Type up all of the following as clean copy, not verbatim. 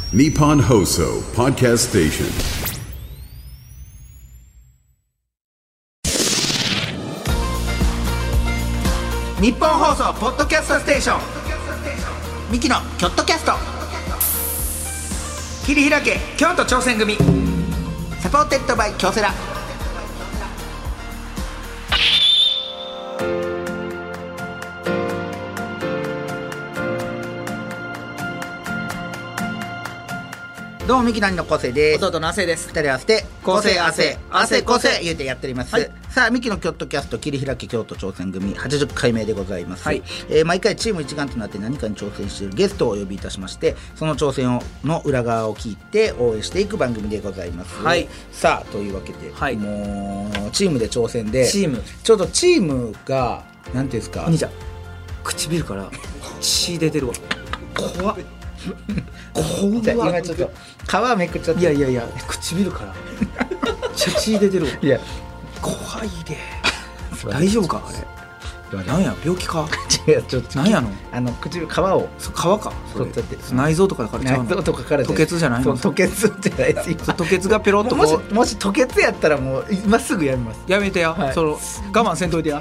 Nippon Hoso Podcast Station。 日本放送ポッドキャストステーションミキのキョットキャスト。切り開け京都挑戦組サポーテッドバイ京セラ。どうもミキの兄の昴生です。 弟の亜生です。 二人合わせて昴生亜生亜生昴昴生生言うてやっております、 はい。 さあミキのキョットキャスト切り開き京都挑戦組80回目でございます、 はい。 毎回チーム一丸となって何かに挑戦しているゲストをお呼びいたしまして、その挑戦の裏側を聞いて応援していく番組でございます、 はい。 さあというわけで、 はい、 もうチームで挑戦でチームちょっとチームがなんていうんですか、 お兄ちゃん唇から血出てるわ。怖っじゃあ今ちょっと皮めくっちゃって。 いやいやいや唇からめっちゃ血出てるわ。 いや怖いで。大丈夫かあれ。なんや病気か。 違うちょっとなんやの唇皮を皮かそれ取っちゃって内臓とかだからちゃうの。 内臓とかから吐血じゃないの。 そう吐血じゃないです吐血がペロッとこうもし吐血やったらもう今すぐやめます。 やめてや、 はい、 その我慢せんといてや。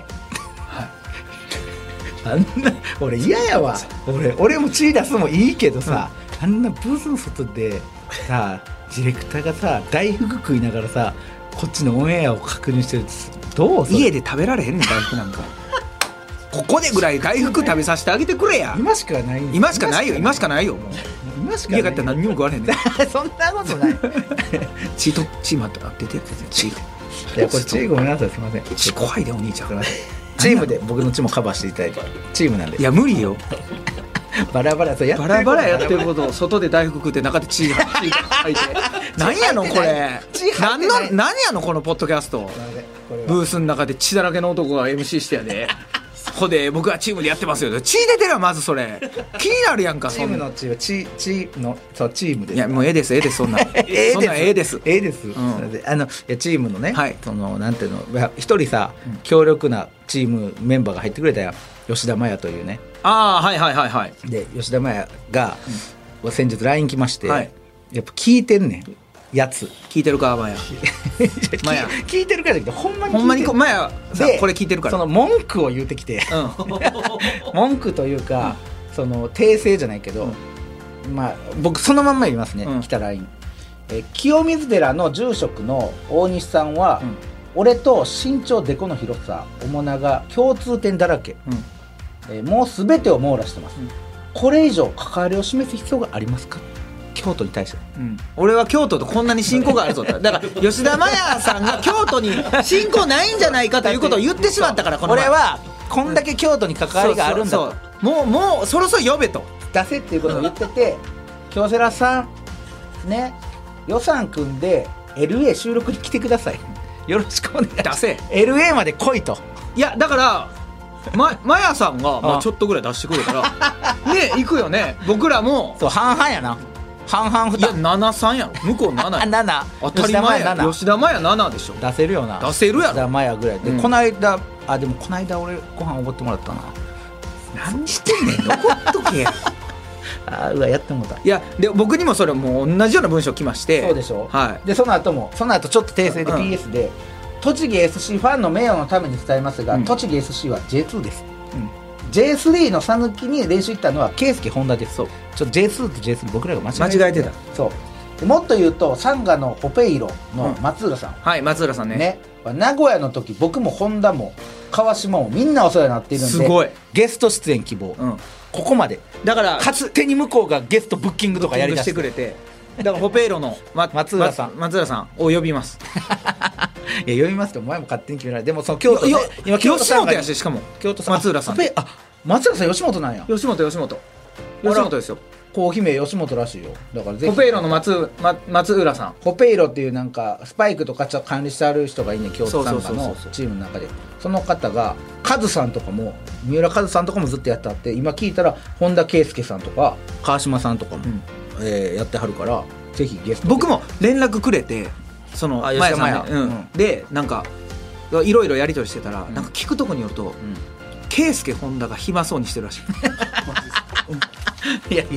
あんな俺嫌やわ。俺も血出すもいいけどさ、あんなブースの外でさディレクターがさ大福食いながらさこっちのオンエアを確認してる。どう家で食べられへんねん大福なんか。ここでぐらい大福食べさせてあげてくれや。 今しかないんです。 今しかないよ。今しかないよ。もう今しかない。 家帰ったら何にも食われへんねん。 そんなことない。 血待って出て血。 いやこれ血ごめんなさい、すみません。 血怖いでお兄ちゃん。 チームで僕の血もカバーしていただいてチームなんで。 いや無理よ。 バラバラそうやってることバラバラやってることを外で大福食って中で血が入って何やのこれ。何やのこのポッドキャスト。ブースの中で血だらけの男が MC してやで。そこで僕はチームでやってますよ。血出てるわまずそれ。気になるやんか。 チームの血はチームです。 いやもうですそんなそんなです。 いやチームのね、はい、そのなんていうの一人さ、強力なチームメンバーが入ってくれたやん。吉田麻也というね。 ああはいはいはいはい。 で吉田麻也が、先日 LINE 来まして、はい、やっぱ聞いてんねんやつ。 聞いてるか麻也。 聞いてるからだけどほんまに麻也さこれ聞いてるから。 その文句を言うてきて、文句というか、その訂正じゃないけど、まあ僕そのまんま言いますね、来た LINE、清水寺の住職の大西さんは、俺と身長デコの広さ面長共通点だらけ、もう全てを網羅してます、これ以上関わりを示す必要がありますか。京都に対して、 俺は京都とこんなに親交があるぞだから吉田麻也さんが京都に親交ないんじゃないかということを言ってしまったから。 俺はこんだけ京都に関わりがあるんだと、 もうそろそろ呼べと出せっていうことを言ってて、京セラさんね予算組んで LA 収録に来てください、よろしくお願いします。 出せ LA まで来いと。 いやだから麻也さんがちょっとぐらい出してくれたらね行くよね。僕らもそう半々やな。半々負担。 いや7-3やろ向こう7や 7 当たり前や。吉田麻也7でしょ。 出せるよな。 出せるやろ。 吉田麻也ぐらいで、この間でもこの間俺ご飯おごってもらったな。 何してんねん残っとけや。 うわやってもうた。 いやで僕にもそれもう同じような文章来まして。 そうでしょ、 はい、 でその後ちょっと訂正で PS で、栃木 SC ファンの名誉のために伝えますが、栃木 SC は J2 です、J3 の讃岐に練習行ったのは圭佑本田です。ちょっと J2 と J3 僕らが間違えてた。そうでもっと言うとサンガのホペイロの松浦さん、 はい松浦さんね名古屋の時僕も本田も川島もみんなお世話になっているんで、 すごいゲスト出演希望、ここまでだから勝手に向こうがゲストブッキングとかやりだしてくれて、だからホペイロの、松浦さんを呼びます。 いや呼びますってお前も勝手に決められる。でもその京都、ね、 今京都さんがしかも京都さん松浦さん松浦さん吉本なんや。 吉本ですよ。 コーヒー名吉本らしいよ。だからぜひホペイロの松浦さん。 ホペイロっていうなんかスパイクとか管理してある人がいいね、京都参加のチームの中で。その方がカズさんとかも三浦カズさんとかもずっとやってあって、今聞いたら本田圭佑さんとか川島さんとかも、やってはるから、ぜひゲスト。 僕も連絡くれて、その麻也さんでなんかいろいろやり取りしてたら、なんか聞くとこによると、圭佑本田が暇そうにしてるらしい。 いやいや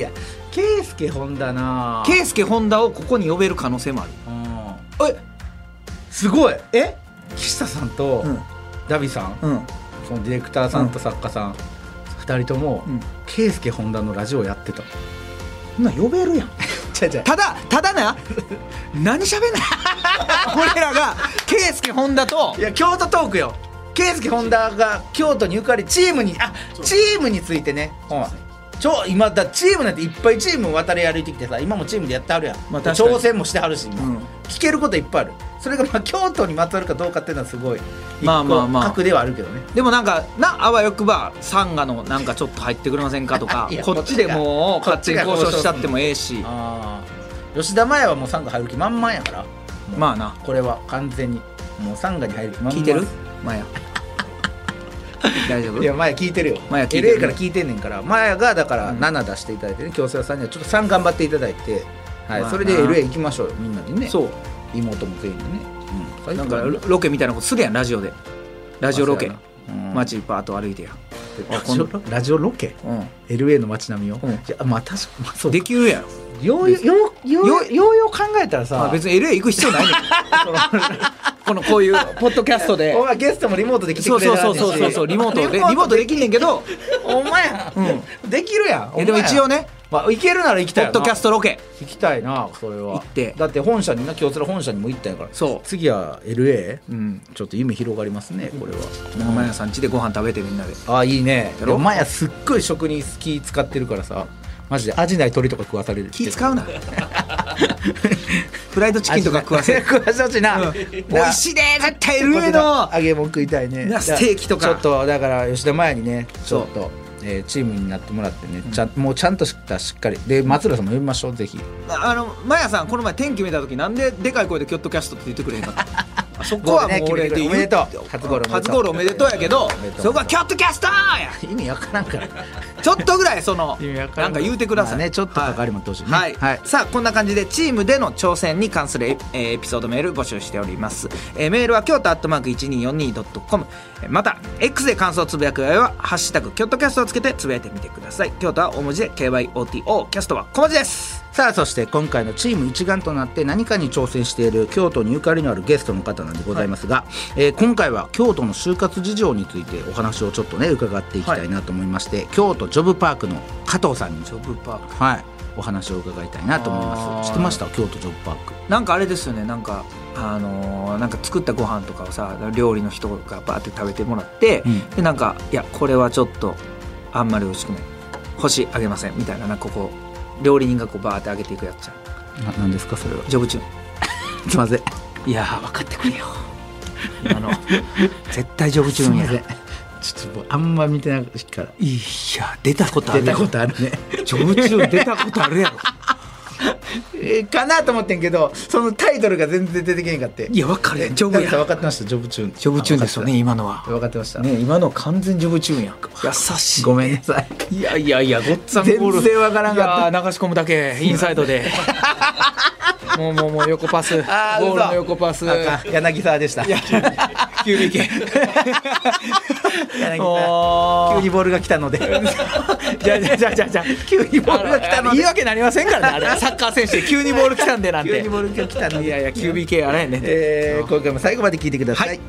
圭介本田な。 圭介本田をここに呼べる可能性もある。 すごい。岸田さんとダビさん、そのディレクターさんと作家さん、2人とも圭介本田のラジオやってた。 呼べるやん。ただな何喋んない俺らが圭介本田と。 いや京都トークよ。圭介本田が京都にゆかりチームについてね。今だチームなんていっぱいチーム渡り歩いてきてさ、今もチームでやってはるやん、挑戦もしてはるし今、聞けることいっぱいある。それが京都にまつわるかどうかっていうのはすごい一個核ではあるけどね。 でもなんかあわよくばサンガのなんかちょっと入ってくれませんかとかこっちでもう勝手に交渉しちゃってもええし。 吉田麻也はもうサンガ入る気満々やから。 まあな、 これは完全にもうサンガに入る気満々。 聞いてる麻也大丈夫？ いや麻也聞いてるよ。 麻也聞いてる、 LA から聞いてんねんから。麻也がだから7出していただいてね、京セラさんにはちょっと3頑張っていただいて、それで LA 行きましょうよみんなでね。そう妹も全員でね、 なんかロケみたいなことするやん、ラジオで。ラジオロケ、街いっぱいあと歩いてや。 ラジオロケ、LA の街並みを、確かにそうできるやん。 よう考えたらさ、 別に LA 行く必要ないねんこういうポッドキャストでお前ゲストもリモートで来てくれる。 そうリモートできんねんけどお前できるやん。 でも一応ね、 行けるなら行きたいな。 ポッドキャストロケ行きたいな。それは行って、 だって本社にな、京セラ本社にも行ったんやから。次は LA、ちょっと夢広がりますねこれは。 マヤさん家でご飯食べてみんなで。 いいね。マヤすっごい食に気使ってるからさ、マジで味ない鳥とか食わされる。 気使うなフライドチキンとか食わせ食わせほしいな。 美味しいね絶対 LA の揚げ物食いたいね。 ステーキとかちょっとだから吉田麻也にねちょっとチームになってもらってね、もうちゃんとしたしっかりで松浦さんも呼びましょうぜひ。 麻也さんこの前天気見た時なんででかい声でキョットキャストって言ってくれへんかったそこはもう俺でおめでとう。初ゴールおめでとうやけど、そこはキョットキャスターや。 意味わからんからちょっとぐらいなんか言うてくださいね。ちょっと関わりもってほしいね。 さあこんな感じでチームでの挑戦に関するエピソードメール募集しております。メールは京都@1242.com、 また X で感想をつぶやく場合はハッシュタグキョットキャストをつけてつぶやいてみてください。京都は大文字で KYOTO、 キャストは小文字です。 さあそして今回のチーム一丸となって何かに挑戦している京都にゆかりのあるゲストの方なんでございますが、今回は京都の就活事情についてお話をちょっとね伺っていきたいなと思いまして、京都ジョブパークの加藤さんにお話を伺いたいなと思います。知ってました？京都ジョブパークなんかあれですよね、なんかなんか作ったご飯とかをさ料理の人がバーって食べてもらって、でなんかいやこれはちょっとあんまり美味しくない、星あげませんみたいな、なんかこう料理人がこうバーってあげていくやつじゃん。 何ですかそれは？ ジョブチューンすいません。 いや分かってくれよ今の絶対ジョブチューンや。 ちょっとあんま見てないから。 いや出たことあるね。ジョブチューン出たことあるやろかなと思ってんけど、そのタイトルが全然出てけへんかって。 いや分かれジョブや。 分かってました。ジョブチューン。 ジョブチューンですよね今のは。 分かってましたね。今の完全ジョブチューンやん。優しい。 ごめんなさい。 いやごっつぁんゴール全然分からんかった。 流し込むだけインサイドでもう横パス、ゴールの横パス。 柳沢でした。 QBK 急にボールが来たのでじゃあ急にボールが来たので言い訳なりませんからね。あれサッカー選手で急にボール来たんでなんて。 急にボールが来たので。 いや QBK あれやね。 今回も最後まで聞いてください。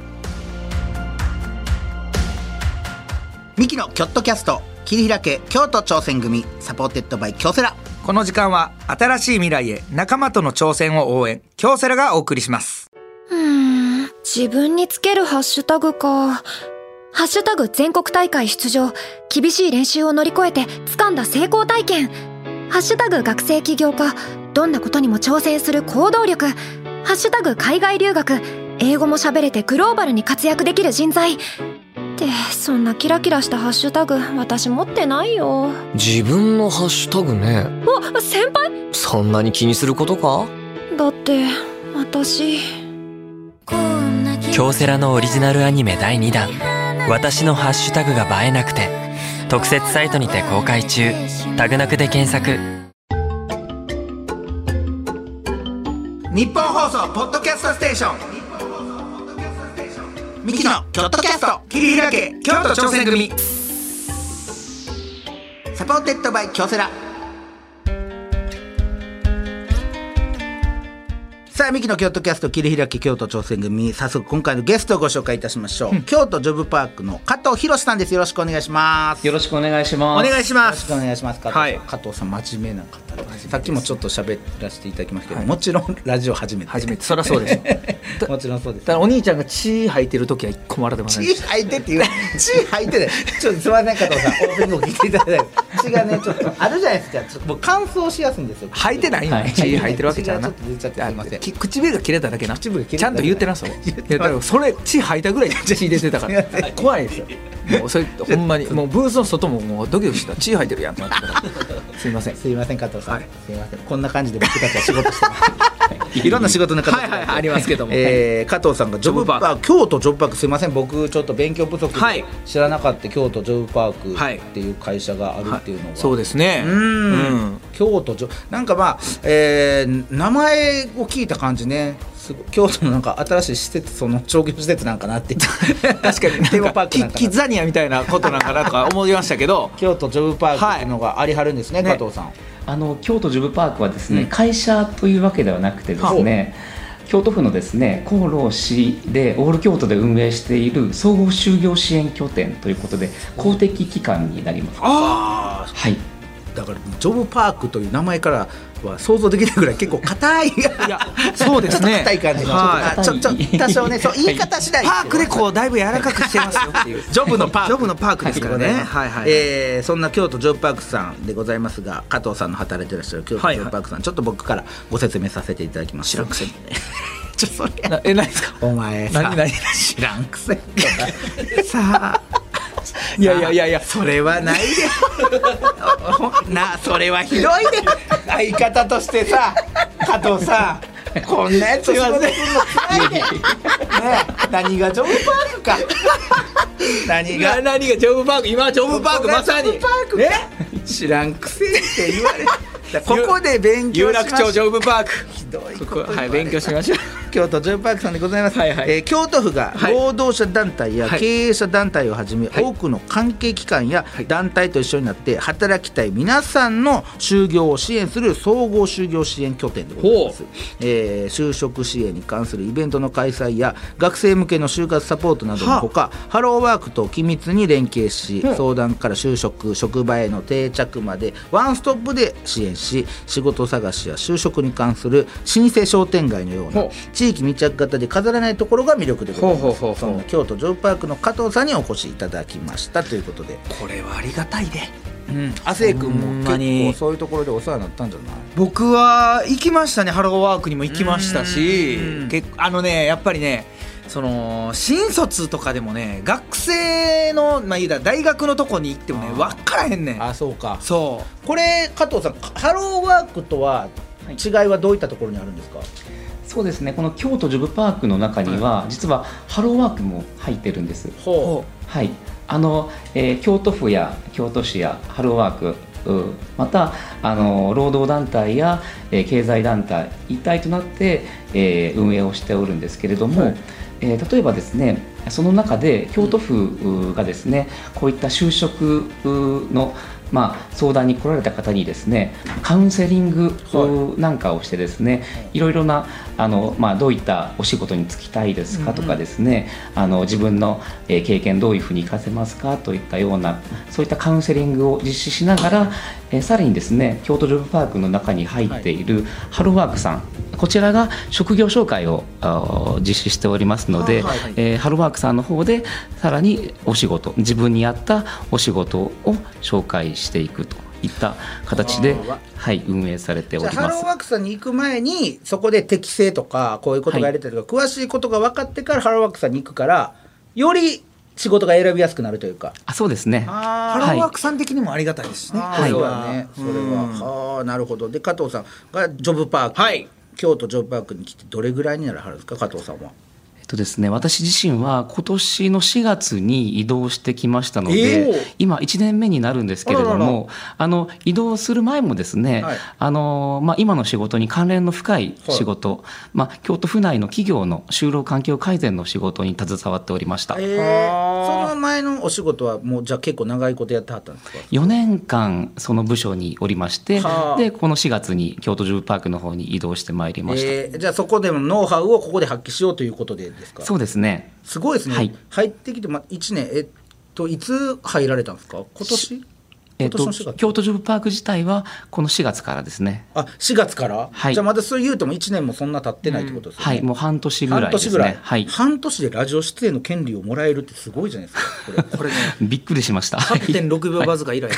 ミキのキョットキャスト、切り開け京都挑戦組、サポーテッドバイ京セラ。 この時間は新しい未来へ仲間との挑戦を応援、京セラがお送りします。 自分につけるハッシュタグか。ハッシュタグ全国大会出場、厳しい練習を乗り越えて掴んだ成功体験。ハッシュタグ学生起業家、どんなことにも挑戦する行動力。ハッシュタグ海外留学、英語も喋れてグローバルに活躍できる人材。ってそんなキラキラしたハッシュタグ私持ってないよ。 自分のハッシュタグね。 先輩？ そんなに気にすることか？ だって私京セラのオリジナルアニメ第2弾、私のハッシュタグが映えなくて、特設サイトにて公開中。タグなくで検索。 日本放送ポッドキャストステーション、ミキのキョットキャスト、切り開け京都挑戦組、サポーテッドバイ京セラ。 さあミキの京都キャスト切り開き京都挑戦組、早速今回のゲストをご紹介いたしましょう、京都ジョブパークの加藤博さんです。よろしくお願いします。 よろしくお願いします。 お願いします。 よろしくお願いします。加藤さん、はい、加藤さん真面目な方です。さっきもちょっと喋らせていただきましたけど、はい、もちろんラジオ初めてそりゃそうですもちろんそうです。 だからお兄ちゃんが血吐いてる時は一個も笑ってませんでした。 血吐いてっていう血吐いてないちょっとすみません加藤さん、オープニングを聞いていただいて血がねちょっとあるじゃないですか。ちょっともう乾燥しやすいんですよ。 吐いてない、はい、血吐いてるわけじゃなくて、 ちょっと出ちゃってすみません。 唇が切れただけな。ちゃんと言ってなそう。だからそれ血吐いたぐらい血出てたから怖いですよ。もうそれほんまにもうブースの外ももうドキドキした。血吐いてるやんってなってからすいません。 すいません加藤さん、はい、すいません。こんな感じで僕たちは仕事してますいろんな仕事の形がありますけども、 加藤さんがジョブパーク、京都ジョブパーク、すいません僕ちょっと勉強不足で知らなかった、京都ジョブパークっていう会社があるっていうのが、はい、 そうですね。 京都なんかまあ、名前を聞いた感じね、京都のなんか新しい施設、その商業施設なんかなって確かにテーマパークなんかキッザニアみたいなことなんかなとか思いましたけど京都ジョブパークっていうのがありはるんですね、加藤さん。 京都ジョブパークはですね、会社というわけではなくてですね、京都府のですね厚労市でオール京都で運営している総合就業支援拠点ということで公的機関になります。 はい。だからジョブパークという名前からは想像できないぐらい結構硬いいやそうですね硬い感じの、ちょっと多少ねそう言い方次第パークでこうだいぶ柔らかくしてますよっていうジョブのパークですからね、はいはい、 そんな京都ジョブパークさんでございますが、加藤さんの働いていらっしゃる京都ジョブパークさん、ちょっと僕からご説明させていただきます。知らんくせにそれ何ですかお前さ何知らんくせにさあいやそれはないでそれはひどいで相方としてさ加藤さんこんなやつ仕事するのつらいで、ね、何がジョブパークか何がジョブパーク、今はジョブパークまさに知らんくせって言われここで勉強しましょう。 有楽町ジョブパークひどいこと、 はい、勉強しましょう。 京都ジョブパークさんでございます、はいはい、京都府が労働者団体や経営者団体をはじめ、はい、多くの関係機関や団体と一緒になって働きたい皆さんの就業を支援する総合就業支援拠点でございます。就職支援に関するイベントの開催や学生向けの就活サポートなどのほか、ハローワークと緊密に連携し、相談から就職、職場への定着までワンストップで支援し、仕事探しや就職に関する老舗商店街のような地域密着型で飾らないところが魅力でございます。そんな京都ジョブパークの加藤さんにお越しいただきましたということで、 これはありがたいで、 亜生君も結構そういうところでお世話になったんじゃない？ 僕は行きましたね。ハローワークにも行きましたし、やっぱりね、その新卒とかでもね、学生の、言うたら大学のとこに行ってもね分からへんねん。 あ、そうか。 そうこれ加藤さん、ハローワークとは違いはどういったところにあるんですか？ そうですね、この京都ジョブパークの中には、実はハローワークも入ってるんです。はい、京都府や京都市やハローワーク、また労働団体や、経済団体一体となって、運営をしておるんですけれども、例えばですね、その中で京都府がですね、こういった就職の相談に来られた方にですね、カウンセリングなんかをしてですね、いろいろなどういったお仕事に就きたいですかとかですね、自分の経験どういうふうに活かせますかといったような、そういったカウンセリングを実施しながら、さらにですね、京都ジョブパークの中に入っているハローワークさん、こちらが職業紹介を実施しておりますので、ハローワークさんの方でさらにお仕事、自分に合ったお仕事を紹介していくといった形で、運営されております。 じゃあハローワークさんに行く前にそこで適性とかこういうことがやれたりとか、詳しいことが分かってからハローワークさんに行くから、より仕事が選びやすくなるというか。 そうですね。 ハローワークさん的にもありがたいですね。 それはなるほど。で、加藤さんがジョブパーク、京都ジョブパークに来てどれぐらいになるはるんですか、加藤さんは？ ですね、私自身は今年の4月に移動してきましたので、今1年目になるんですけれども、移動する前もですね、今の仕事に関連の深い仕事、京都府内の企業の就労環境改善の仕事に携わっておりました。 その前のお仕事はもうじゃあ結構長いことやってはったんですか ？4年間その部署におりまして、でこの4月に京都ジョブパークの方に移動してまいりました。 じゃあそこでもノウハウをここで発揮しようということでですか？ そうですね。 すごいですね、 はい、 入ってきて、1年いつ入られたんですか？今年京都ジョブパーク自体はこの4月からですね。 4月から、 はい、 じゃあまだそう言うとも1年もそんな経ってないってことですよね。 はい、もう半年ぐらいですね。 半年でラジオ出演の権利をもらえるってすごいじゃないですか。 これねびっくりしました。 8.6 秒バズーカ以来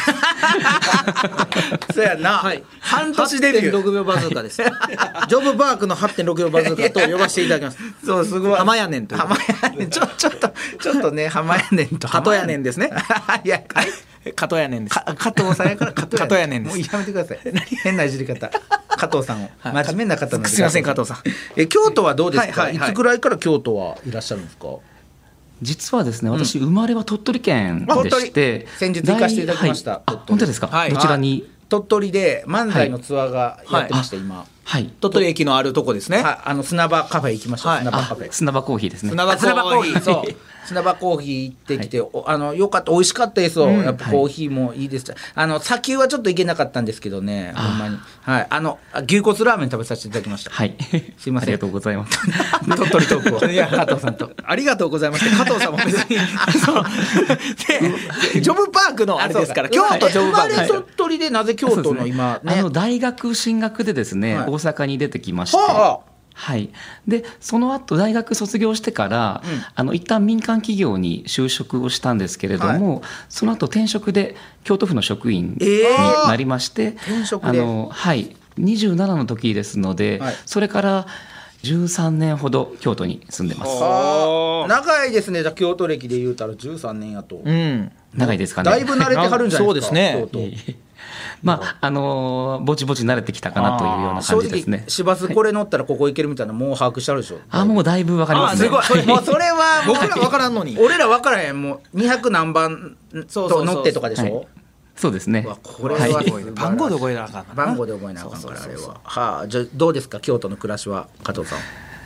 そうやな、半年デビュー 8.6 秒バズーカです。ジョブパークの 8.6 秒バズーカと呼ばせていただきます。 そう、すごい。 浜やねんという。 浜やねん、ちょっとね、浜やねんと加藤やねんですね。 いや、 加藤やねんです。 加藤さんやから加藤やねんです。 もうやめてください。変ないじり方。加藤さんを、真面目な方なんで。 すみません、加藤さん。 京都はどうですか？いつぐらいから京都はいらっしゃるんですか？ 実はですね、私生まれは鳥取県でして、 先日行かせていただきました。 本当ですか？どちらに？ 鳥取で漫才のツアーがやってました、今。 はい、 鳥取駅のあるとこですね。 砂場カフェ行きました。砂場カフェ。 砂場コーヒーですね。 砂場コーヒー、そう。砂場コーヒー行ってきて、よかった、美味しかったですよ。やっぱコーヒーもいいです。砂丘はちょっと行けなかったんですけどね、ほんまに。牛骨ラーメン食べさせていただきました。 はい。 すいません。 ありがとうございます。 鳥取トークを。加藤さんと。 ありがとうございます。加藤さんも別に。で、ジョブパークのあれですから、京都ジョブパーク。 生まれ鳥取でなぜ京都の今、 大学進学でですね、大阪に出てきまして。はい、でその後大学卒業してから、一旦民間企業に就職をしたんですけれども、その後転職で京都府の職員になりまして、27の時ですので、それから13年ほど京都に住んでます。 長いですね。じゃあ京都歴で言うたら13年やと、 長いですかね。 だいぶ慣れてはるんじゃないですか。 そうですね。 ぼちぼち慣れてきたかなというような感じですね。 正直市バスこれ乗ったらここ行けるみたいなもう把握してあるでしょ。 もうだいぶわかりますね。 すごい。もうそれは僕らわからんのに。 俺らわからへん。もう200何番と乗ってとかでしょ。 そうですね。 これは番号で覚えなあかん。 番号で覚えなあかんからあれは。じゃあどうですか京都の暮らしは、加藤さん。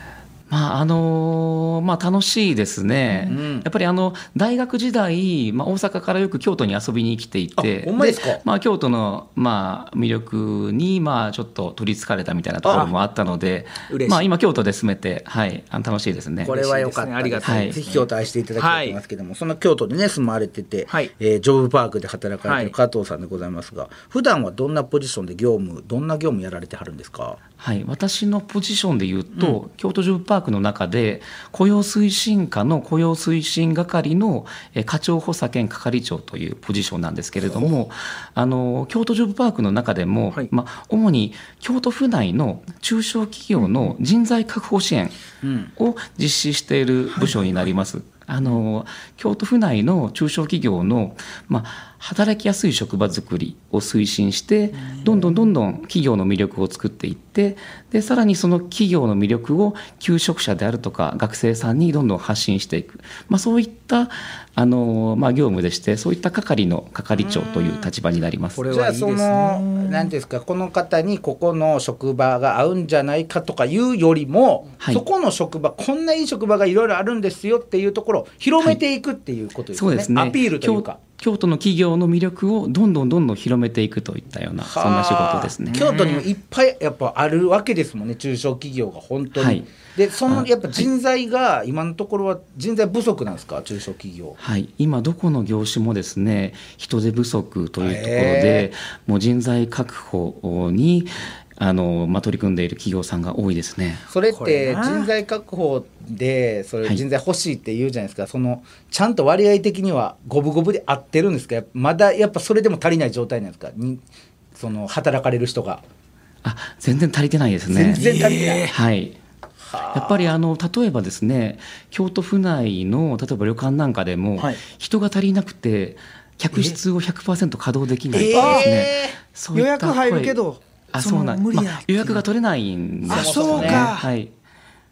楽しいですね。やっぱり大学時代、大阪からよく京都に遊びに来ていて、京都の魅力にちょっと取りつかれたみたいなところもあったので、今京都で住めて、楽しいですね。 これは良かった。ありがたい。ぜひ京都愛していただきたいと思いますけども、その京都でね住まれてて、ジョブパークで働かれてる加藤さんでございますが、普段はどんなポジションでどんな業務やられてはるんですか？ 私のポジションでいうと、京都ジョブパークの中で雇用推進課の雇用推進係の課長補佐兼係長というポジションなんですけれども、京都ジョブパークの中でも、主に京都府内の中小企業の人材確保支援を実施している部署になります。京都府内の中小企業の、働きやすい職場づくりを推進してどんどん企業の魅力を作っていって、でさらにその企業の魅力を求職者であるとか学生さんにどんどん発信していく、そういった業務でして、そういった係の係長という立場になります。 じゃあその何ですか、この方にここの職場が合うんじゃないかとかいうよりも、そこの職場こんないい職場がいろいろあるんですよっていうところを広めていくっていうことですね。 そうですね。 アピールというか京都の企業の魅力をどんどん広めていくといったような、そんな仕事ですね。 京都にもいっぱいやっぱあるわけですもんね、中小企業が本当に。でそのやっぱ人材が今のところは人材不足なんですか、中小企業。 今どこの業種もですね、人手不足というところで、もう人材確保に取り組んでいる企業さんが多いですね。 それって人材確保でそれ人材欲しいって言うじゃないですか、そのちゃんと割合的には五分五分で合ってるんですか？まだやっぱそれでも足りない状態なんですか？その働かれる人が。 全然足りてないですね。 全然足りてない。 やっぱり例えばですね、京都府内の例えば旅館なんかでも、人が足りなくて客室を 100% 稼働できないですね。 予約入るけど予約が取れないんですね。 そうか。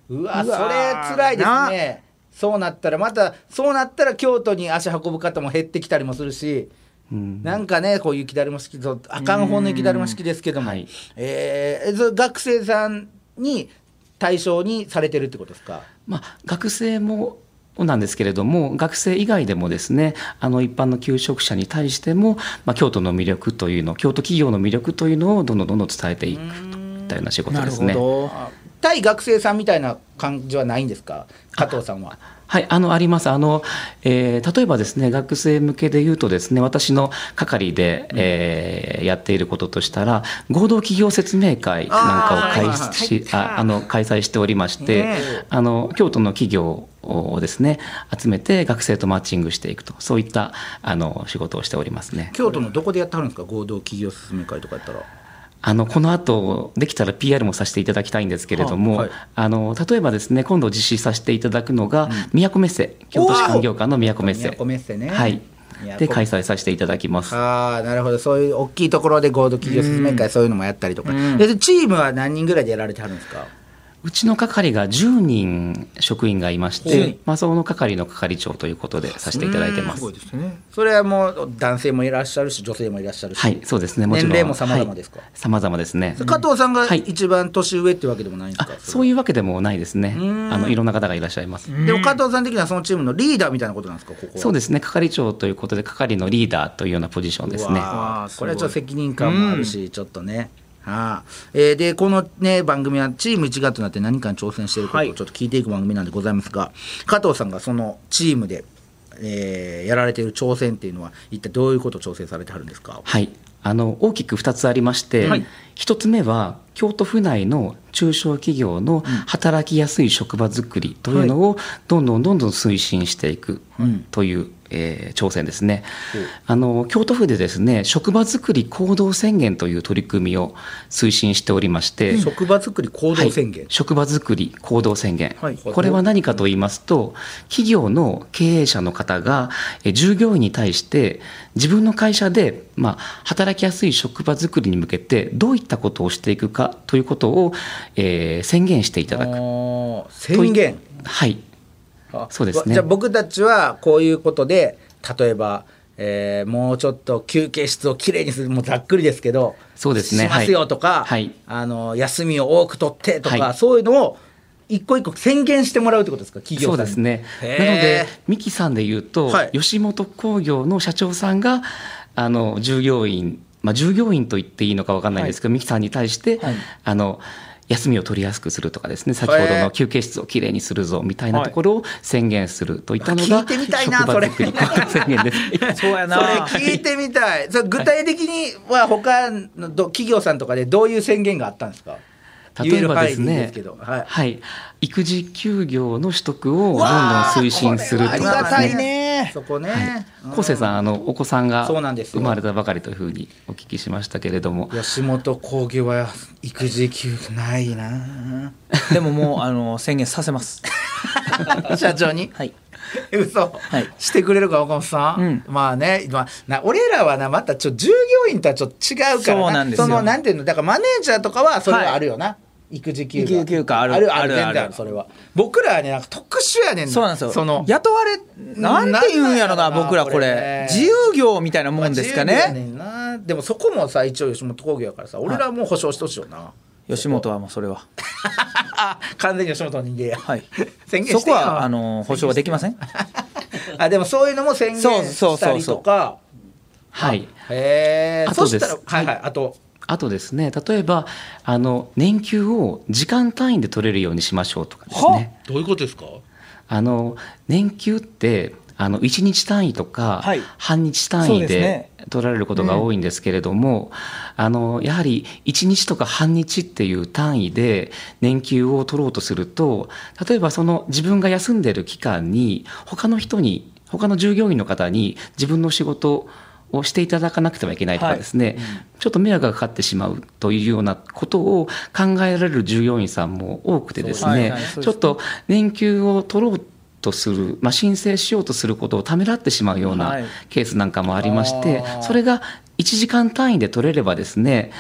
うわそれ辛いですね。そうなったら京都に足運ぶ方も減ってきたりもするし、なんかねこう雪だるま式あかん方の雪だるま式ですけども、学生さんに対象にされてるってことですか？ 学生もなんですけれども、学生以外でもですね、一般の求職者に対しても、京都の魅力というの、京都企業の魅力というのをどんどん伝えていくといったような仕事ですね。 なるほど。対学生さんみたいな感じはないんですか、加藤さんは？ はい、あります。例えばですね、学生向けで言うとですね、私の係で、やっていることとしたら、合同企業説明会なんかを開催しておりまして、京都の企業をですね集めて学生とマッチングしていくと、そういった仕事をしておりますね。 京都のどこでやってはるんですか、合同企業説明会とかやったら？ この後できたら PR もさせていただきたいんですけれども、例えばですね、今度実施させていただくのが宮古メッセ、京都市環境館の宮古メッセ、はい、で開催させていただきます。 なるほど。そういう大きいところで合同企業説明会、そういうのもやったりとか、でチームは何人ぐらいでやられてはるんですか？ うちの係が10人職員がいまして、その係の係長ということでさせていただいてます。 すごいですね。それはもう男性もいらっしゃるし女性もいらっしゃるし、 はい、そうですね。もちろん年齢も様々ですか？ 様々ですね。 加藤さんが一番年上ってわけでもないんですか？ そういうわけでもないですね。いろんな方がいらっしゃいます。 でも加藤さん的にはそのチームのリーダーみたいなことなんですか？ここはそうですね、係長ということで係のリーダーというようなポジションですね。 これはちょっと責任感もあるし、ちょっとね。でこの、ね、番組はチーム一丸となって何かに挑戦していることをちょっと聞いていく番組なんでございますが、加藤さんがそのチームで、やられている挑戦っていうのは一体どういうことを挑戦されてあるんですか？ はい、大きく2つありまして、1つ目は京都府内の中小企業の働きやすい職場づくりというのをどんどん推進していくという挑戦ですね。京都府でですね、職場づくり行動宣言という取り組みを推進しておりまして、 職場づくり行動宣言、 職場づくり行動宣言、これは何かと言いますと、企業の経営者の方が従業員に対して自分の会社で働きやすい職場づくりに向けてどういったことをしていくかということを宣言していただく。 宣言、 はい、そうですね。 じゃあ僕たちはこういうことで、例えば、もうちょっと休憩室をきれいにする、もうざっくりですけど、 そうですね、 しますよとか、休みを多く取ってとか、そういうのを一個一個宣言してもらうってことですか、企業さんに？ そうですね。なので三木さんでいうと、吉本興業の社長さんが従業員と言っていいのか分かんないんですけど、三木さんに対して、休みを取りやすくするとかですね、先ほどの休憩室をきれいにするぞみたいなところを宣言するといったのが、 聞いてみたいな、 職場づくり行動宣言です。 そうやな、それ聞いてみたい。それ具体的には他の企業さんとかでどういう宣言があったんですか？ 例えばですね、育児休業の取得をどんどん推進するとかですね。 ありがたいね、そこね。 昴生さん、お子さんが生まれたばかりというふうにお聞きしましたけれども、 吉本興業は育児休業ないな。 でももう宣言させます社長に。 はい、 嘘、してくれるか岡本さん、まあね、俺らはまた従業員とはちょっと違うからな。 そうなんですよ。 なんていうの、だからマネージャーとかはそれはあるよな、育児休業ある全然ある。それは僕らはね、なんか特殊やねん。 そうなんですよ。雇われなんて言うんやろな、僕らこれ自由業みたいなもんですかね。 でもそこもさ、一応吉本興業やからさ、俺らはもう保証してほしいよな。 吉本はもうそれは完全に吉本の人間や。 宣言して、そこは保証はできません。 でもそういうのも宣言したりとか。 はい。 そしたらあとですね、例えば年休を時間単位で取れるようにしましょうとかですね。 どういうことですか？ 年休って1日単位とか半日単位で取られることが多いんですけれども、やはり1日とか半日っていう単位で年休を取ろうとすると、例えばその自分が休んでる期間に他の従業員の方に自分の仕事をしていただかなくてはいけないとかですね、ちょっと迷惑がかかってしまうというようなことを考えられる従業員さんも多くてですね、ちょっと年休を取ろうとする、申請しようとすることをためらってしまうようなケースなんかもありまして、それが1時間単位で取れればですね、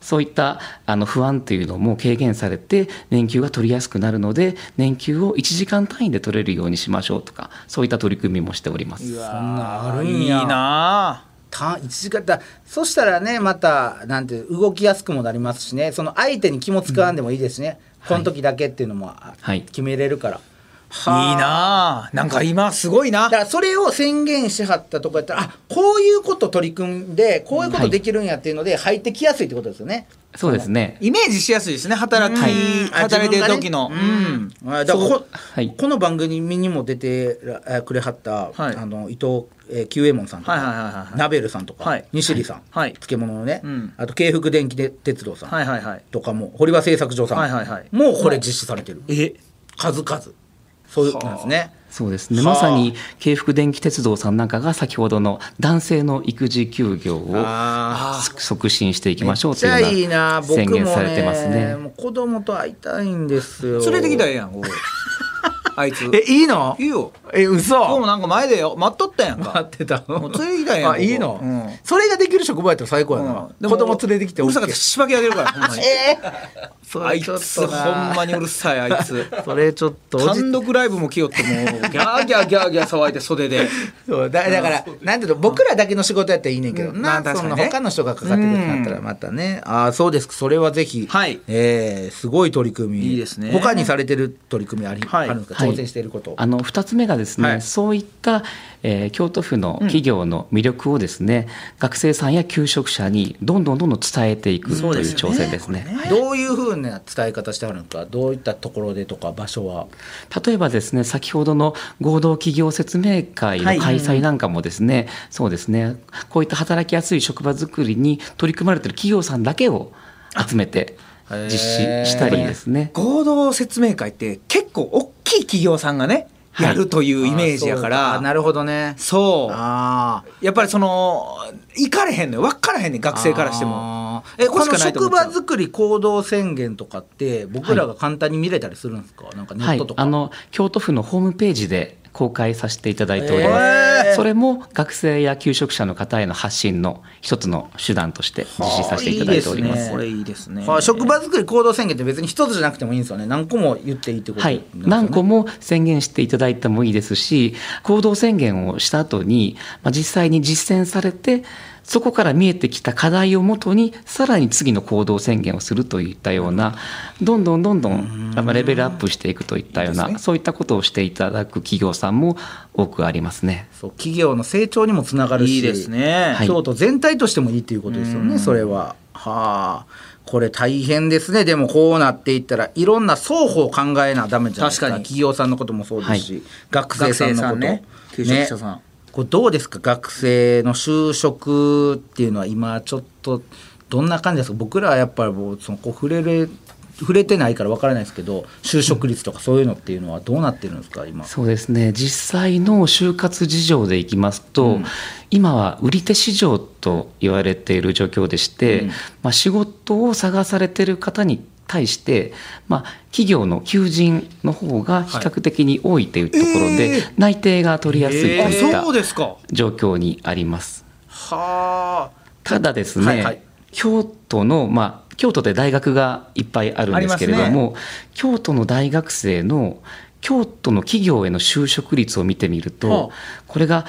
そういった不安というのも軽減されて年給が取りやすくなるので、年給を1時間単位で取れるようにしましょうとか、そういった取り組みもしております。 そんなあるんや。 いいな 1時間だ。そしたらね、またなんて動きやすくもなりますしね、その相手に気も使わんでもいいですしね、この時だけっていうのも決めれるから、 いいな。なんか今すごいな。 だからそれを宣言しはったとこやったら、こういうこと取り組んでこういうことできるんやっていうので入ってきやすいってことですよね。 そうですね。 イメージしやすいですね、働いてる時の。 だからこの番組にも出てくれはった、伊藤久右衛門さんとか、ナベルさんとか、西里さん、漬物のね、あと京福電気鉄道さんとかも、堀場製作所さんもうこれ実施されてる、数々。そういうことなんですね。 そうですね。まさに京福電気鉄道さんなんかが先ほどの男性の育児休業を促進していきましょうというような宣言されてますね。 もう子供と会いたいんですよ。 連れてきたらええやんあいつ。 いいの？ いいよ。 嘘。 今日もなんか前でよ待っとったやんか。 待ってたの。 もう連れてきたやん。 いいの。それができる職場やったら最高やな。子供連れてきてうるさかったらしばきあげるからほんまに。あいつほんまにうるさい、あいつ。 それちょっと単独ライブも来よってもうギャーギャーギャーギャー騒いで袖で。 そうだからなんていうの、僕らだけの仕事やったらいいねんけどな、その他の人がかかってくるってなったらまたね。そうです。それはぜひすごい取り組み。 いいですね。 他にされてる取り組みあるんですか？挑戦していること。 2つ目がですね、そういった、京都府の企業の魅力をですね、学生さんや求職者にどんどん伝えていくという挑戦ですね。 どういうふうな伝え方してあるのか、どういったところでとか場所は。 例えばですね、先ほどの合同企業説明会の開催なんかもですね、そうですね、こういった働きやすい職場づくりに取り組まれている企業さんだけを集めて実施したりですね。 合同説明会って結構大きい企業さんがねやるというイメージやから。 なるほどね。 そう。やっぱり行かれへんのよ。分からへんねん、学生からしても。 この職場づくり行動宣言とかって僕らが簡単に見れたりするんですか？なんかネットとか。 京都府のホームページで公開させていただいております。それも学生や求職者の方への発信の一つの手段として実施させていただいております。 これいいですね。 職場づくり行動宣言って別に一つじゃなくてもいいんですよね。何個も言っていいってことなんですよね。 何個も宣言していただいてもいいですし、行動宣言をした後に、実際に実践されてそこから見えてきた課題をもとにさらに次の行動宣言をするといったような、どんどんレベルアップしていくといったような、そういったことをしていただく企業さんも多くありますね。 そう、企業の成長にもつながるし、 いいですね。 京都全体としてもいいということですよね。それはこれ大変ですね。でもこうなっていったらいろんな双方考えなダメじゃないですか。企業さんのこともそうですし、学生さんのこと、 求職者さん、 これどうですか？学生の就職っていうのは今ちょっとどんな感じですか？僕らはやっぱり触れてないから分からないですけど、就職率とかそういうのっていうのはどうなってるんですか今？ そうですね、実際の就活事情でいきますと、今は売り手市場と言われている状況でして、仕事を探されている方に対して、企業の求人の方が比較的に多いというところで、内定が取りやすいといった状況にあります。ただですね、京都の京都で大学がいっぱいあるんですけれども、京都の大学生の京都の企業への就職率を見てみると、これが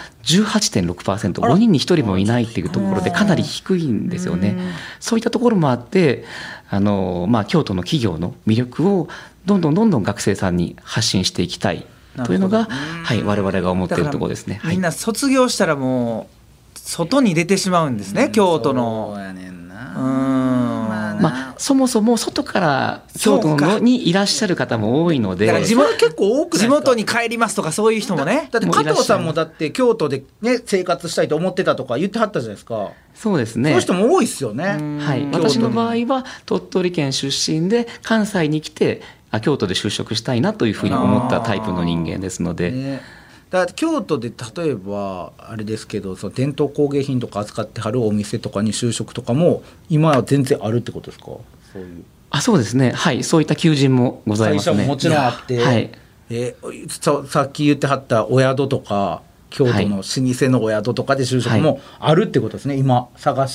18.6%、5人に1人もいないっていうところでかなり低いんですよね。そういったところもあって、京都の企業の魅力をどんどん学生さんに発信していきたいというのが、我々が思っているところですね。 みんな卒業したらもう外に出てしまうんですね、京都の。 そうやねんな。 そもそも外から京都にいらっしゃる方も多いので、 だから地元に帰りますとかそういう人もね。 だって加藤さんもだって京都で、生活したいと思ってたとか言ってはったじゃないですか。 そうですね。 そういう人も多いですよね。 私の場合は鳥取県出身で関西に来て京都で就職したいなというふうに思ったタイプの人間ですので。 だから京都で例えばあれですけど、その伝統工芸品とか扱ってはるお店とかに就職とかも今は全然あるってことですか？ そうですね、そういった求人もございますね。 会社ももちろんあって、さっき言ってはったお宿とか京都の老舗のお宿とかで就職もあるってことですね、今探しゃ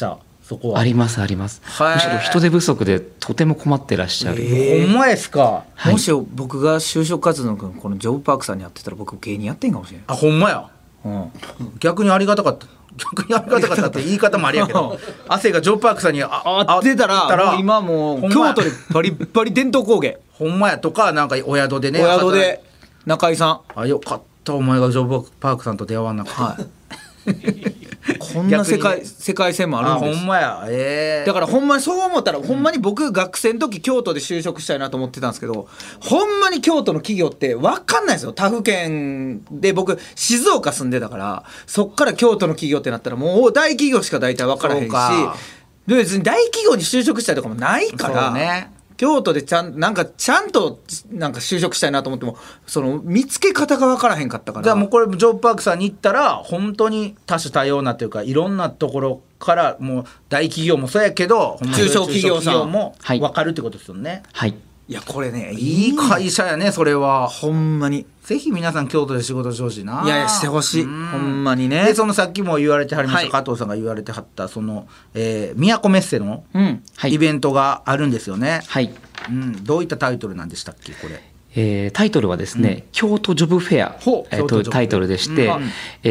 そこは。 ありますあります。むしろ人手不足でとても困ってらっしゃる。 ほんまですか。 もし僕が就職活動のこのジョブパークさんにやってたら僕芸人やってんかもしれない。 あ、ほんまや。逆にありがたかった。逆にありがたかったって言い方もありやけど、亜生がジョブパークさんに出たら今もう京都でバリバリ伝統工芸ほんまやとか、なんかお宿でね、 お宿で中井さん、 よかったお前がジョブパークさんと出会わなくて、はいこんな世界線もあるんです。 ほんまや。 だからほんまにそう思ったら、ほんまに僕学生の時京都で就職したいなと思ってたんですけど、ほんまに京都の企業って分かんないですよ。他府県で僕静岡住んでたから、そっから京都の企業ってなったらもう大企業しか大体分からへんし、別に大企業に就職したいとかもないから、京都でちゃんと就職したいなと思っても、その見つけ方が分からへんかったから。 じゃあもうこれジョブパークさんに行ったら本当に多種多様なというか、いろんなところからもう大企業もそうやけど中小企業さんも分かるってことですよね。 はい。 いやこれね、 いい会社やね。それはほんまにぜひ皆さん京都で仕事してほしいな。 いやしてほしい、ほんまにね。 でそのさっきも言われてはりました、加藤さんが言われてはったその、宮古メッセのイベントがあるんですよね。 はい、 どういったタイトルなんでしたっけこれ。 タイトルはですね、京都ジョブフェアというタイトルでして、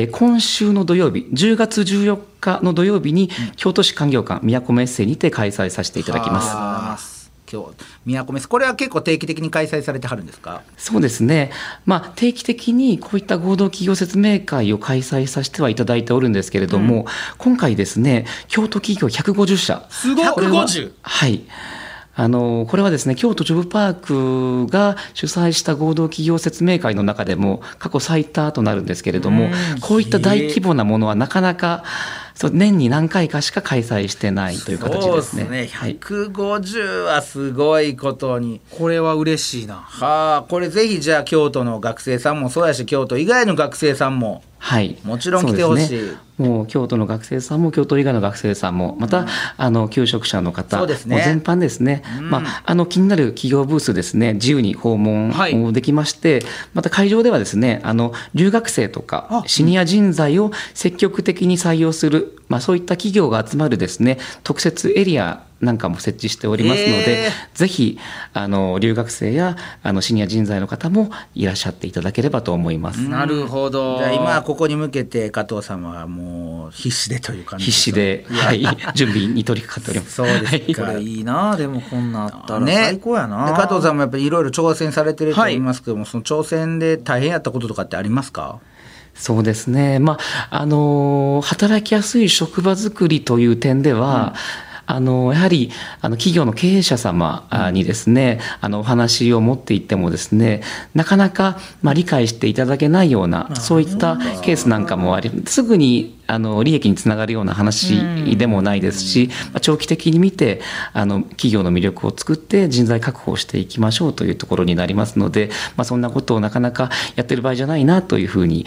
今週の土曜日10月14日の土曜日に京都市環境館宮古メッセにて開催させていただきます。 今日宮古メッセ、これは結構定期的に開催されてはるんですか？ そうですね、定期的にこういった合同企業説明会を開催させてはいただいておるんですけれども、今回ですね京都企業150社。 すごい。150。 はい。これはですね京都ジョブパークが主催した合同企業説明会の中でも過去最多となるんですけれども、こういった大規模なものはなかなか年に何回かしか開催してないという形ですね。 そうですね。150はすごいことに。 これは嬉しいな。 これぜひじゃあ京都の学生さんもそうやし、京都以外の学生さんももちろん来てほしい。 もう京都の学生さんも京都以外の学生さんもまた、求職者の方も全般ですね、気になる企業ブースですね自由に訪問できまして、また会場ではですね留学生とかシニア人材を積極的に採用する、そういった企業が集まるですね特設エリアなんかも設置しておりますので、ぜひ留学生やシニア人材の方もいらっしゃっていただければと思います。 なるほど。 じゃあ今ここに向けて加藤さんはもう必死でという感じ必死で、準備に取り掛かっております。 そうですか。 これいいな。でもこんなあったら最高やな。 加藤さんもやっぱりいろいろ挑戦されてると言いますけども、その挑戦で大変やったこととかってありますか？ そうですね、働きやすい職場作りという点では、やはり企業の経営者様にですねお話を持っていってもですねなかなか理解していただけないようなそういったケースなんかもあり、すぐに利益につながるような話でもないですし、長期的に見て企業の魅力を作って人材確保していきましょうというところになりますので、そんなことをなかなかやってる場合じゃないなというふうに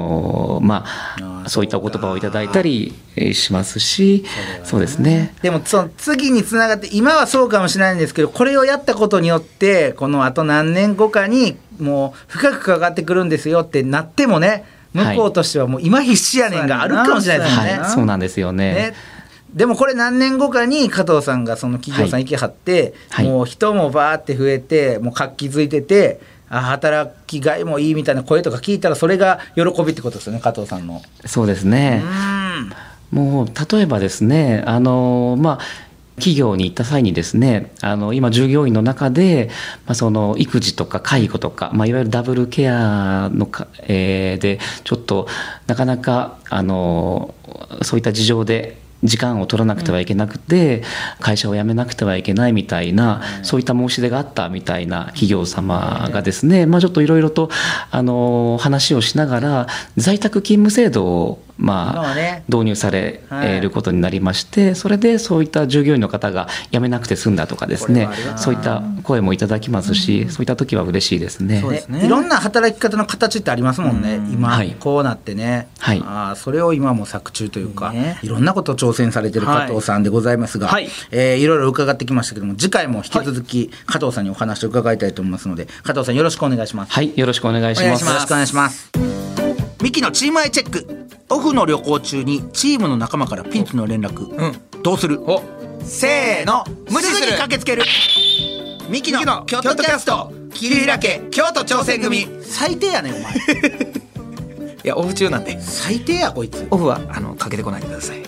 そういったお言葉をいただいたりしますし、そうですね。 でもその次につながって今はそうかもしれないんですけど、これをやったことによってこのあと何年後かにもう深く関わってくるんですよってなってもね、向こうとしてはもう今必死やねんがあるかもしれないですよね。 そうなんですよね。 でもこれ何年後かに加藤さんがその企業さん行きはって、もう人もバーって増えてもう活気づいてて、働きがいもいいみたいな声とか聞いたらそれが喜びってことですよね、加藤さんの。 そうですね。もう例えばですね企業に行った際にですね今従業員の中で、その育児とか介護とか、いわゆるダブルケアのでちょっとなかなかそういった事情で時間を取らなくてはいけなくて、会社を辞めなくてはいけないみたいな、そういった申し出があったみたいな企業様がですね、ちょっといろいろと話をしながら在宅勤務制度を導入されることになりまして、それでそういった従業員の方が辞めなくて済んだとかですね、そういった声もいただきますし、そういった時は嬉しいですね。 いろんな働き方の形ってありますもんね、今こうなってね。それを今も作中というか、いろんなことを挑戦されてる加藤さんでございますが、いろいろ伺ってきましたけども、次回も引き続き加藤さんにお話を伺いたいと思いますので、加藤さんよろしくお願いします。 はい、よろしくお願いします。 よろしくお願いします。ミキのチームアイチェック。オフの旅行中にチームの仲間からピンチの連絡、 どうする？ せーの、無視する。 駆けつける。ミキの京都キャスト切り開け京都挑戦組。最低やねんお前。 いやオフ中なんで。 最低やこいつ。 オフはかけてこないでください。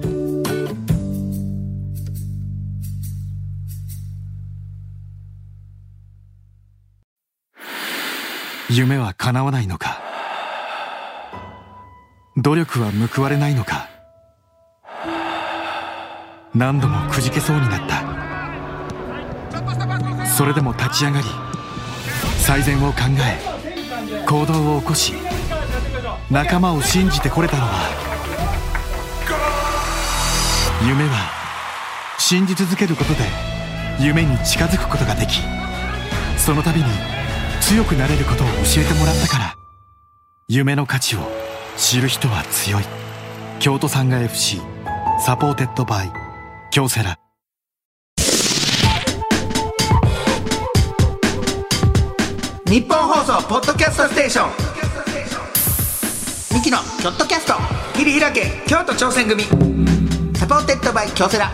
夢は叶わないのか、努力は報われないのか、何度もくじけそうになった。それでも立ち上がり、最善を考え行動を起こし、仲間を信じてこれたのは、夢は信じ続けることで夢に近づくことができ、その度に強くなれることを教えてもらったから。夢の価値を知る人は強い。京都産が FC サポーテッドバイ京セラ。 日本放送ポッドキャストステーション、ミキのキョットキャスト切り開け京都挑戦組、サポーテッドバイ京セラ。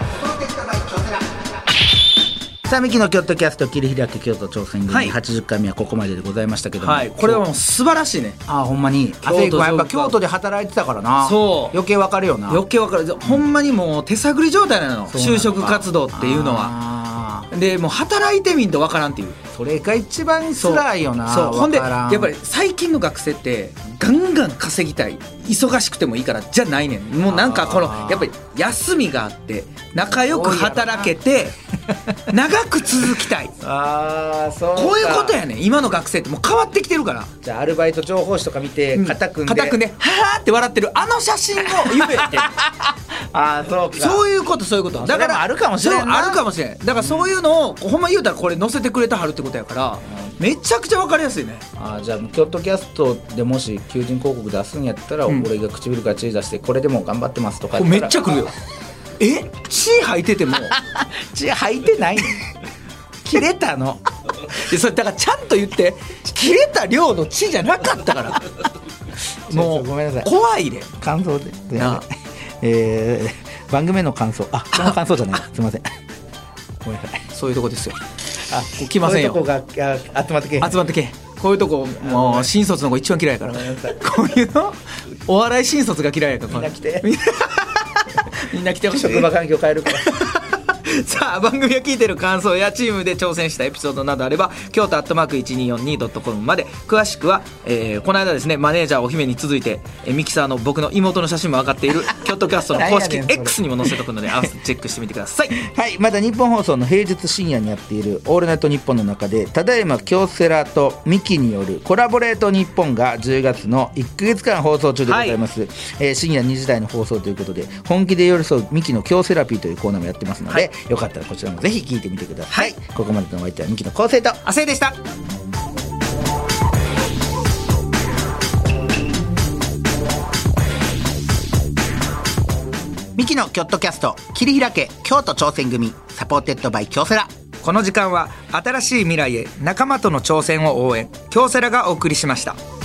さあミキのキョットキャスト切り開け京都挑戦組、はい、80回目はここまででございましたけども、 はい、これはもう素晴らしいね。 あ、ほんまに亜生君はやっぱ京都で働いてたからな。そう余計わかるよな。 余計わかる。ほんまにもう手探り状態なの、就職活動っていうのは。でもう働いてみんとわからんっていう、 それが一番辛いよな。 そうほんでやっぱり最近の学生ってガンガン稼ぎたい、忙しくてもいいからじゃないねん。もうなんかこのやっぱり休みがあって仲良く働けて長く続きたい。 ああ、そうか。 こういうことやねん今の学生って。もう変わってきてるから。 じゃあアルバイト情報誌とか見て肩組んで、 はーって笑ってるあの写真を夢ってああ、そうか。 そういうことそういうことだから、 あるかもしれんな。 あるかもしれん。だからそういうのをほんま言うたらこれ載せてくれてはるってことやから、めちゃくちゃ分かりやすいね。 ああ、じゃあキョットキャストでもし求人広告出すんやったら、俺が唇から血出してこれでも頑張ってますとかめっちゃくるよ。血吐いてても血吐いてないの切れたのそれだからちゃんと言って、切れた量の血じゃなかったからもうごめんなさい、 怖いで感想で番組の感想、あ、その感想じゃないすいませんごめんなさい。 そういうとこですよ。あ、来ませんよ。 こういうとこが集まってけこういうとこもう新卒の子一番嫌いやから。こういうのお笑い新卒が嫌いやから。 みんな来てみんな来てほしい。 職場環境変えるからさあ番組を聞いてる感想やチームで挑戦したエピソードなどあれば京都@1242.com まで。詳しくは、この間ですねマネージャーお姫に続いてミキサーの僕の妹の写真も上がっている京都キャストの公式 X にも載せとくので合わせてチェックしてみてください。 はい、まだ日本放送の平日深夜にやっているオールナイトニッポンの中で、ただいま京セラとミキによるコラボレートニッポンが10月の1ヶ月間放送中でございます、はい。深夜2時台の放送ということで、本気で寄り添うミキの京セラピーというコーナーもやってますので、はい、よかったらこちらもぜひ聞いてみてください、はい。ここまでのお相手はミキの昴生と亜生でした。 ミキのキョットキャスト切り開け京都挑戦組、サポーテッドバイ京セラ。 この時間は新しい未来へ仲間との挑戦を応援、京セラがお送りしました。